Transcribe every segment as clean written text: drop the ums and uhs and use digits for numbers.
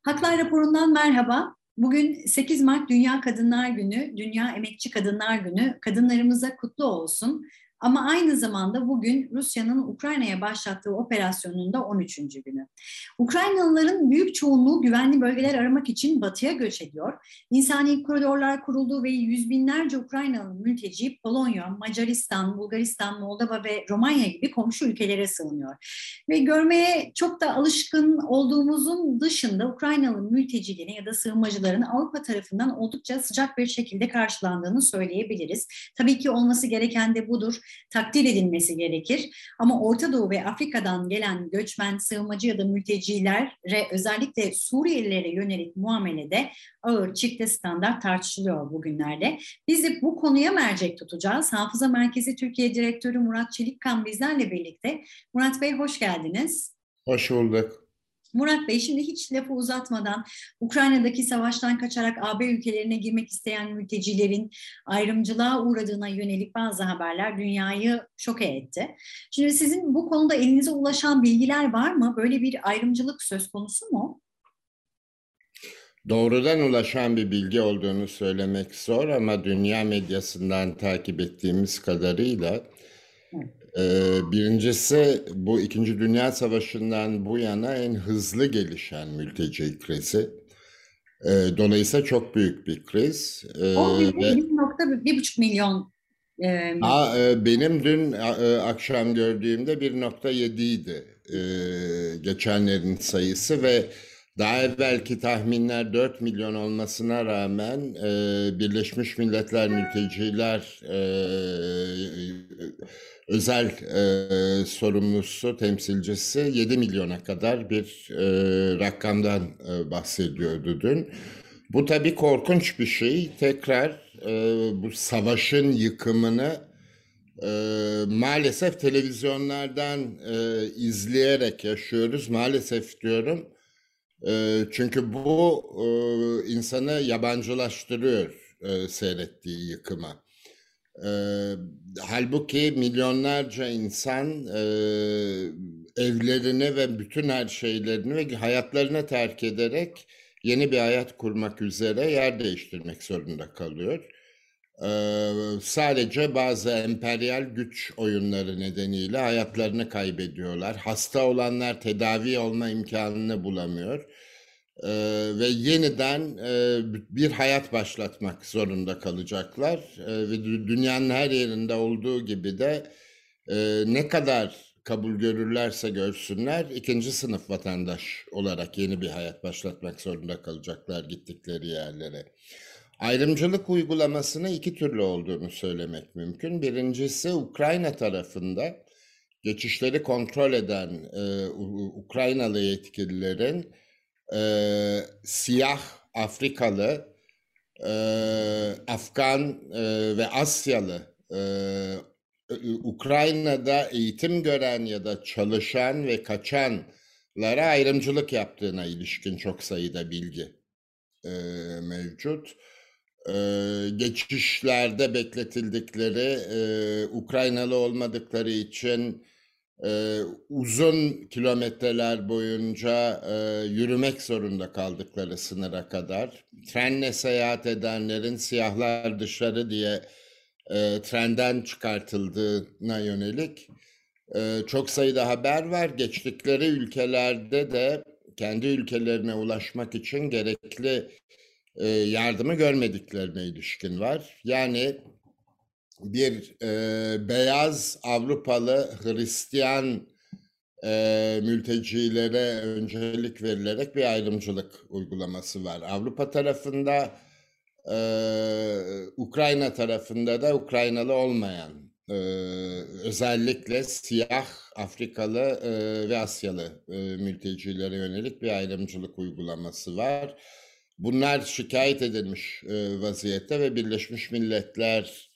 Haklar raporundan merhaba. Bugün 8 Mart Dünya Kadınlar Günü, Dünya Emekçi Kadınlar Günü. Kadınlarımıza kutlu olsun. Ama aynı zamanda bugün Rusya'nın Ukrayna'ya başlattığı operasyonun da 13. günü. Ukraynalıların büyük çoğunluğu güvenli bölgeler aramak için batıya göç ediyor. İnsani koridorlar kuruldu ve yüz binlerce Ukraynalı mülteci Polonya, Macaristan, Bulgaristan, Moldova ve Romanya gibi komşu ülkelere sığınıyor. Ve görmeye çok da alışkın olduğumuzun dışında Ukraynalı mültecilerin ya da sığınmacıların Avrupa tarafından oldukça sıcak bir şekilde karşılandığını söyleyebiliriz. Tabii ki olması gereken de budur, takdir edilmesi gerekir. Ama Orta Doğu ve Afrika'dan gelen göçmen, sığınmacı ya da mültecilere özellikle Suriyelilere yönelik muamelede ağır çifte standart tartışılıyor bugünlerde. Biz de bu konuya mercek tutacağız. Hafıza Merkezi Türkiye Direktörü Murat Çelikkan bizlerle birlikte. Murat Bey hoş geldiniz. Hoş bulduk. Murat Bey şimdi hiç lafı uzatmadan Ukrayna'daki savaştan kaçarak AB ülkelerine girmek isteyen mültecilerin ayrımcılığa uğradığına yönelik bazı haberler dünyayı şoke etti. Şimdi sizin bu konuda elinize ulaşan bilgiler var mı? Böyle bir ayrımcılık söz konusu mu? Doğrudan ulaşan bir bilgi olduğunu söylemek zor ama dünya medyasından takip ettiğimiz kadarıyla Evet. birincisi bu İkinci Dünya Savaşı'ndan bu yana en hızlı gelişen mülteci krizi. Dolayısıyla çok büyük bir kriz. 1,5 milyon mülteci. Benim dün akşam gördüğümde 1,7 idi geçenlerin sayısı ve daha evvelki tahminler 4 milyon olmasına rağmen Birleşmiş Milletler Mülteciler özel sorumlusu, temsilcisi 7 milyona kadar bir rakamdan bahsediyordu dün. Bu tabii korkunç bir şey. Tekrar bu savaşın yıkımını maalesef televizyonlardan izleyerek yaşıyoruz. Maalesef diyorum. Çünkü bu insanı yabancılaştırıyor seyrettiği yıkıma. E, Halbuki milyonlarca insan evlerini ve bütün her şeylerini ve hayatlarını terk ederek yeni bir hayat kurmak üzere yer değiştirmek zorunda kalıyor. Sadece bazı emperyal güç oyunları nedeniyle hayatlarını kaybediyorlar. Hasta olanlar tedavi olma imkanını bulamıyor. Ve yeniden bir hayat başlatmak zorunda kalacaklar. Ve dünyanın her yerinde olduğu gibi de ne kadar kabul görürlerse görsünler ikinci sınıf vatandaş olarak yeni bir hayat başlatmak zorunda kalacaklar gittikleri yerlere. Ayrımcılık uygulamasının iki türlü olduğunu söylemek mümkün. Birincisi Ukrayna tarafında geçişleri kontrol eden Ukraynalı yetkililerin siyah Afrikalı, Afgan ve Asyalı Ukrayna'da eğitim gören ya da çalışan ve kaçanlara ayrımcılık yaptığına ilişkin çok sayıda bilgi mevcut. Geçişlerde bekletildikleri, Ukraynalı olmadıkları için uzun kilometreler boyunca yürümek zorunda kaldıkları sınıra kadar, trenle seyahat edenlerin siyahlar dışarı diye trenden çıkartıldığına yönelik çok sayıda haber var. Geçtikleri ülkelerde de kendi ülkelerine ulaşmak için gerekli yardımı görmediklerine ilişkin var. Yani bir beyaz Avrupalı Hristiyan mültecilere öncelik verilerek bir ayrımcılık uygulaması var. Avrupa tarafında, Ukrayna tarafında da Ukraynalı olmayan, özellikle siyah Afrikalı ve Asyalı mültecilere yönelik bir ayrımcılık uygulaması var. Bunlar şikayet edilmiş vaziyette ve Birleşmiş Milletler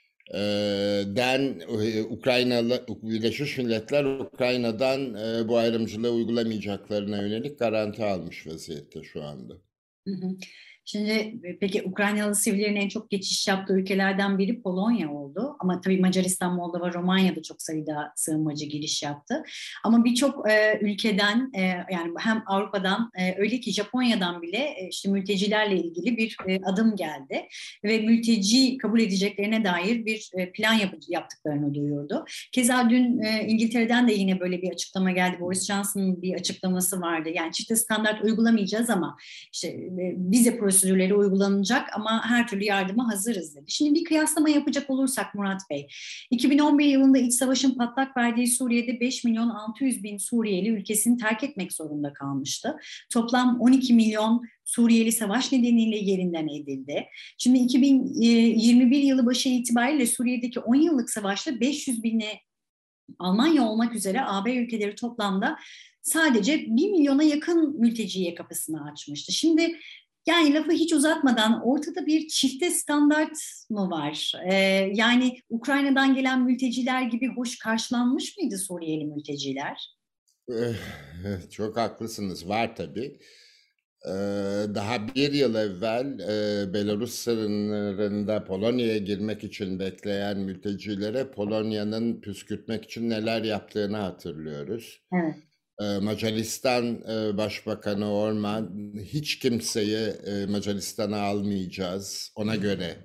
Birleşmiş Milletler Ukrayna'dan bu ayrımcılığı uygulamayacaklarına yönelik garanti almış vaziyette şu anda. Hı hı. Şimdi peki Ukraynalı sivillerin en çok geçiş yaptığı ülkelerden biri Polonya oldu. Ama tabii Macaristan, Moldova, Romanya da çok sayıda sığınmacı giriş yaptı. Ama birçok ülkeden yani hem Avrupa'dan öyle ki Japonya'dan bile işte mültecilerle ilgili bir adım geldi. Ve mülteci kabul edeceklerine dair bir plan yaptıklarını duyurdu. Keza dün İngiltere'den de yine böyle bir açıklama geldi. Boris Johnson'ın bir açıklaması vardı. Yani çifte standart uygulamayacağız ama işte vize prosedürleri uygulanacak ama her türlü yardıma hazırız dedi. Şimdi bir kıyaslama yapacak olursak Murat Bey, 2011 yılında iç savaşın patlak verdiği Suriye'de 5 milyon 600 bin Suriyeli ülkesini terk etmek zorunda kalmıştı. Toplam 12 milyon Suriyeli savaş nedeniyle yerinden edildi. Şimdi 2021 yılı başı itibariyle Suriye'deki 10 yıllık savaşta 500 bine Almanya olmak üzere AB ülkeleri toplamda sadece 1 milyona yakın mülteciye kapısını açmıştı. Şimdi yani lafı hiç uzatmadan ortada bir çifte standart mı var? Yani Ukrayna'dan gelen mülteciler gibi hoş karşılanmış mıydı Suriyeli mülteciler? Çok haklısınız. Var tabii. Daha bir yıl evvel Belarus sınırında Polonya'ya girmek için bekleyen mültecilere Polonya'nın püskürtmek için neler yaptığını hatırlıyoruz. Evet. Macaristan Başbakanı Orman hiç kimseyi Macaristan'a almayacağız. Ona göre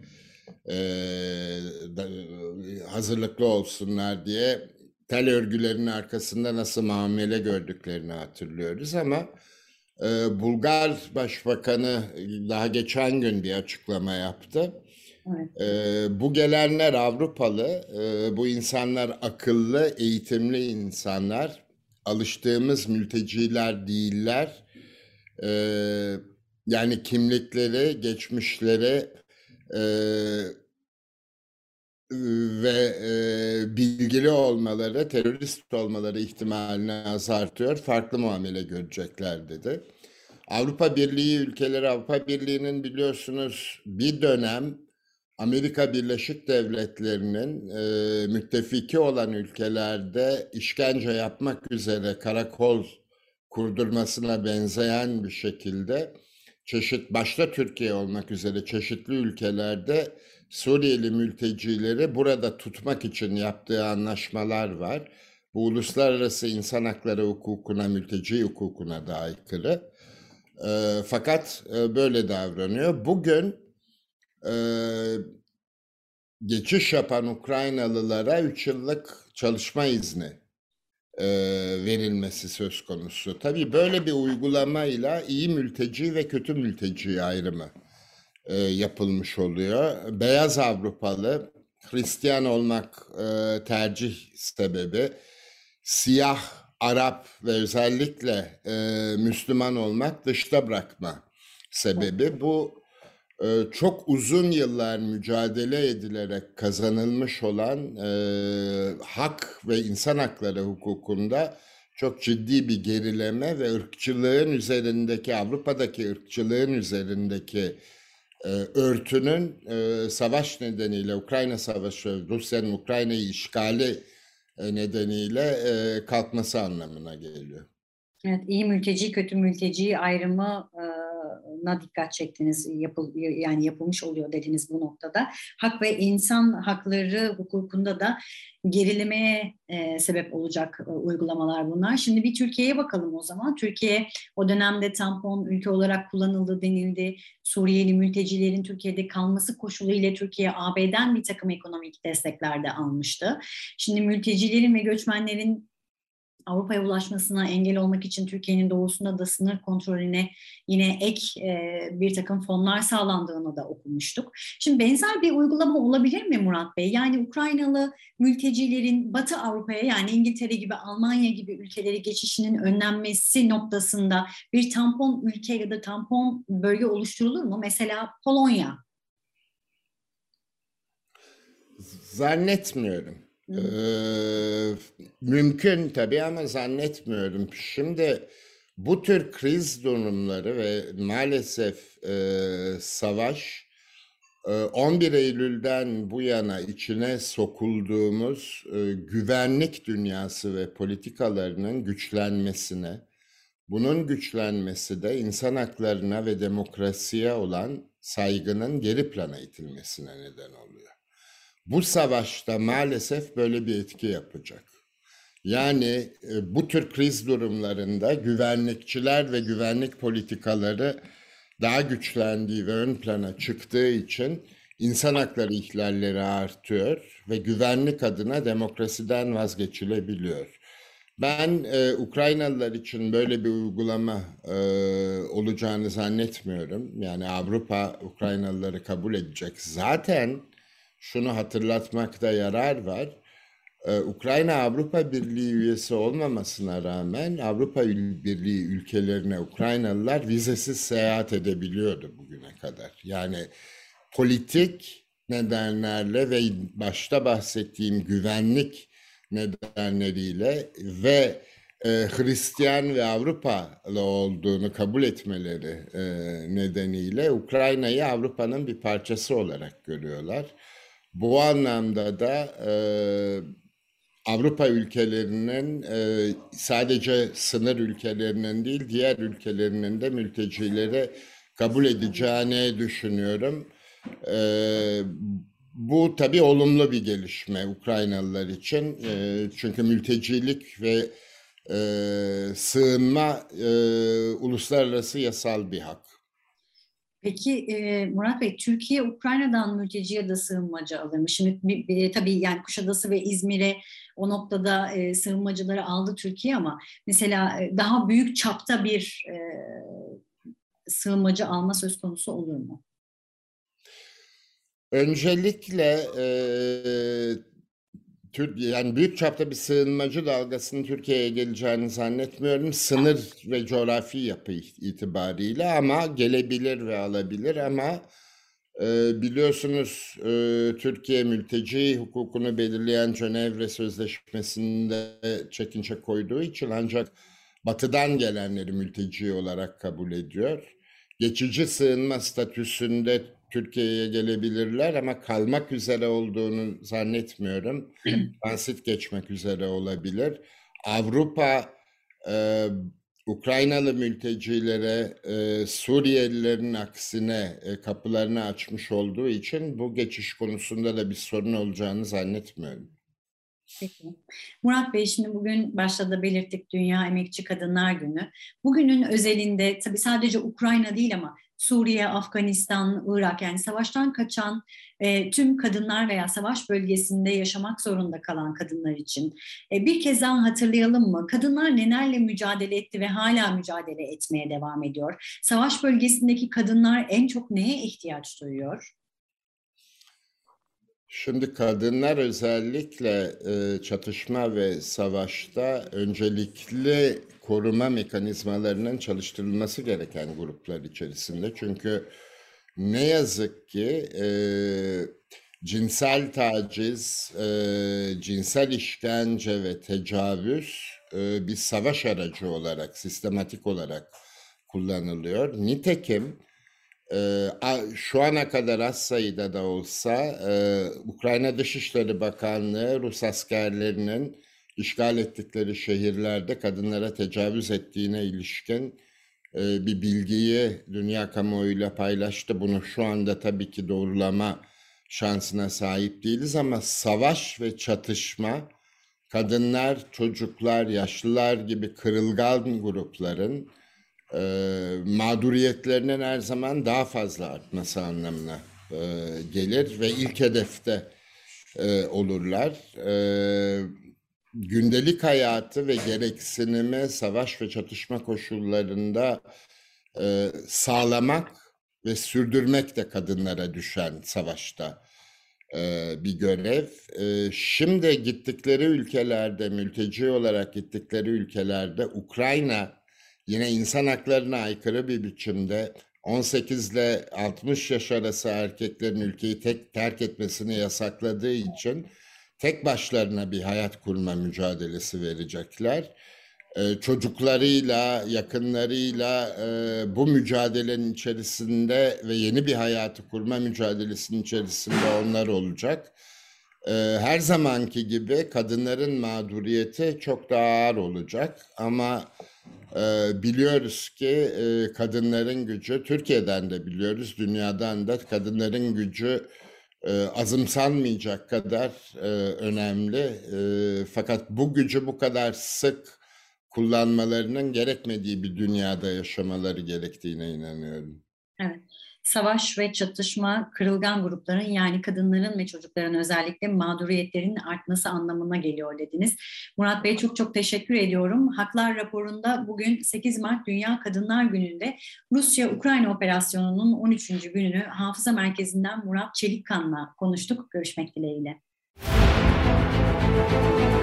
hazırlıklı olsunlar diye tel örgülerinin arkasında nasıl muamele gördüklerini hatırlıyoruz ama Bulgar Başbakanı daha geçen gün bir açıklama yaptı. Evet. Bu gelenler Avrupalı, bu insanlar akıllı, eğitimli insanlar, alıştığımız mülteciler değiller. Yani kimlikleri, geçmişleri ve bilgili olmaları, terörist olmaları ihtimalini azaltıyor, farklı muamele görecekler dedi. Avrupa Birliği ülkeleri, Avrupa Birliği'nin biliyorsunuz bir dönem Amerika Birleşik Devletleri'nin müttefiki olan ülkelerde işkence yapmak üzere karakol kurdurmasına benzeyen bir şekilde başta Türkiye olmak üzere çeşitli ülkelerde Suriyeli mültecileri burada tutmak için yaptığı anlaşmalar var. Bu uluslararası insan hakları hukukuna, mülteci hukukuna da aykırı. Fakat böyle davranıyor. Bugün e, geçiş yapan Ukraynalılara 3 yıllık çalışma izni verilmesi söz konusu. Tabii böyle bir uygulamayla iyi mülteci ve kötü mülteci ayrımı yapılmış oluyor. Beyaz Avrupalı, Hristiyan olmak tercih sebebi, siyah Arap ve özellikle Müslüman olmak dışta bırakma sebebi. Bu çok uzun yıllar mücadele edilerek kazanılmış olan hak ve insan hakları hukukunda çok ciddi bir gerileme ve ırkçılığın üzerindeki, Avrupa'daki ırkçılığın üzerindeki örtünün savaş nedeniyle, Ukrayna Savaşı, Rusya'nın Ukrayna'yı işgali nedeniyle kalkması anlamına geliyor. Evet, iyi mülteci, kötü mülteci ayrımına dikkat çektiniz. Yani yapılmış oluyor dediniz bu noktada. Hak ve insan hakları hukukunda da gerilemeye sebep olacak uygulamalar bunlar. Şimdi bir Türkiye'ye bakalım o zaman. Türkiye o dönemde tampon ülke olarak kullanıldı denildi. Suriyeli mültecilerin Türkiye'de kalması koşuluyla Türkiye AB'den bir takım ekonomik destekler de almıştı. Şimdi mültecilerin ve göçmenlerin Avrupa'ya ulaşmasına engel olmak için Türkiye'nin doğusunda da sınır kontrolüne yine ek bir takım fonlar sağlandığını da okumuştuk. Şimdi benzer bir uygulama olabilir mi Murat Bey? Yani Ukraynalı mültecilerin Batı Avrupa'ya yani İngiltere gibi Almanya gibi ülkelere geçişinin önlenmesi noktasında bir tampon ülke ya da tampon bölge oluşturulur mu? Mesela Polonya. Zannetmiyorum. Mümkün tabii ama zannetmiyorum. Şimdi bu tür kriz durumları ve maalesef savaş 11 Eylül'den bu yana içine sokulduğumuz güvenlik dünyası ve politikalarının güçlenmesine, bunun güçlenmesi de insan haklarına ve demokrasiye olan saygının geri plana itilmesine neden oluyor. bu savaşta maalesef böyle bir etki yapacak. Yani bu tür kriz durumlarında güvenlikçiler ve güvenlik politikaları daha güçlendiği ve ön plana çıktığı için insan hakları ihlalleri artıyor ve güvenlik adına demokrasiden vazgeçilebiliyor. Ben Ukraynalılar için böyle bir uygulama olacağını zannetmiyorum. Yani Avrupa Ukraynalıları kabul edecek. Zaten şunu hatırlatmakta yarar var. Ukrayna Avrupa Birliği üyesi olmamasına rağmen Avrupa Birliği ülkelerine Ukraynalılar vizesiz seyahat edebiliyordu bugüne kadar. Yani politik nedenlerle ve başta bahsettiğim güvenlik nedenleriyle ve Hristiyan ve Avrupalı olduğunu kabul etmeleri nedeniyle Ukrayna'yı Avrupa'nın bir parçası olarak görüyorlar. Bu anlamda da Avrupa ülkelerinin sadece sınır ülkelerinin değil diğer ülkelerinin de mültecileri kabul edeceğini düşünüyorum. Bu tabii olumlu bir gelişme Ukraynalılar için. Çünkü mültecilik ve sığınma uluslararası yasal bir hak. Peki Murat Bey, Türkiye Ukrayna'dan mülteci ya da sığınmacı alır mı? Şimdi tabii yani Kuşadası ve İzmir'e o noktada sığınmacıları aldı Türkiye ama mesela daha büyük çapta bir sığınmacı alma söz konusu olur mu? Öncelikle yani büyük çapta bir sığınmacı dalgasının Türkiye'ye geleceğini zannetmiyorum. Sınır ve coğrafi yapı itibariyle ama gelebilir ve alabilir ama biliyorsunuz Türkiye mülteci hukukunu belirleyen Cenevre Sözleşmesi'nde çekince koyduğu için ancak batıdan gelenleri mülteci olarak kabul ediyor. Geçici sığınma statüsünde Türkiye'ye gelebilirler ama kalmak üzere olduğunu zannetmiyorum. Transit geçmek üzere olabilir. Avrupa e, Ukraynalı mültecilere Suriyelilerin aksine kapılarını açmış olduğu için bu geçiş konusunda da bir sorun olacağını zannetmiyorum. Peki. Murat Bey, şimdi bugün başta da belirttik Dünya Emekçi Kadınlar Günü. Bugünün özelinde tabii sadece Ukrayna değil ama Suriye, Afganistan, Irak yani savaştan kaçan tüm kadınlar veya savaş bölgesinde yaşamak zorunda kalan kadınlar için bir kez daha hatırlayalım mı? Kadınlar nelerle mücadele etti ve hala mücadele etmeye devam ediyor? Savaş bölgesindeki kadınlar en çok neye ihtiyaç duyuyor? Şimdi kadınlar özellikle çatışma ve savaşta öncelikli koruma mekanizmalarının çalıştırılması gereken gruplar içerisinde. Çünkü ne yazık ki cinsel taciz, cinsel işkence ve tecavüz bir savaş aracı olarak, sistematik olarak kullanılıyor. Nitekim şu ana kadar az sayıda da olsa Ukrayna Dışişleri Bakanlığı Rus askerlerinin işgal ettikleri şehirlerde kadınlara tecavüz ettiğine ilişkin bir bilgiyi dünya kamuoyuyla paylaştı. Bunu şu anda tabii ki doğrulama şansına sahip değiliz ama savaş ve çatışma kadınlar, çocuklar, yaşlılar gibi kırılgan grupların mağduriyetlerinin her zaman daha fazla artması anlamına gelir ve ilk hedefte olurlar. Gündelik hayatı ve gereksinimi savaş ve çatışma koşullarında sağlamak ve sürdürmek de kadınlara düşen savaşta bir görev. Şimdi gittikleri ülkelerde, mülteci olarak gittikleri ülkelerde Ukrayna yine insan haklarına aykırı bir biçimde 18 ile 60 yaş arası erkeklerin ülkeyi terk etmesini yasakladığı için tek başlarına bir hayat kurma mücadelesi verecekler. Çocuklarıyla, yakınlarıyla bu mücadelenin içerisinde ve yeni bir hayatı kurma mücadelesinin içerisinde onlar olacak. Her zamanki gibi kadınların mağduriyeti çok daha ağır olacak ama biliyoruz ki kadınların gücü, Türkiye'den de biliyoruz, dünyadan da kadınların gücü azımsanmayacak kadar önemli. Fakat bu gücü bu kadar sık kullanmalarının gerekmediği bir dünyada yaşamaları gerektiğine inanıyorum. Evet. Savaş ve çatışma kırılgan grupların, yani kadınların ve çocukların özellikle mağduriyetlerinin artması anlamına geliyor dediniz. Murat Bey, çok çok teşekkür ediyorum. Haklar raporunda bugün 8 Mart Dünya Kadınlar Günü'nde Rusya-Ukrayna operasyonunun 13. gününü Hafıza Merkezi'nden Murat Çelikkan'la konuştuk. Görüşmek dileğiyle.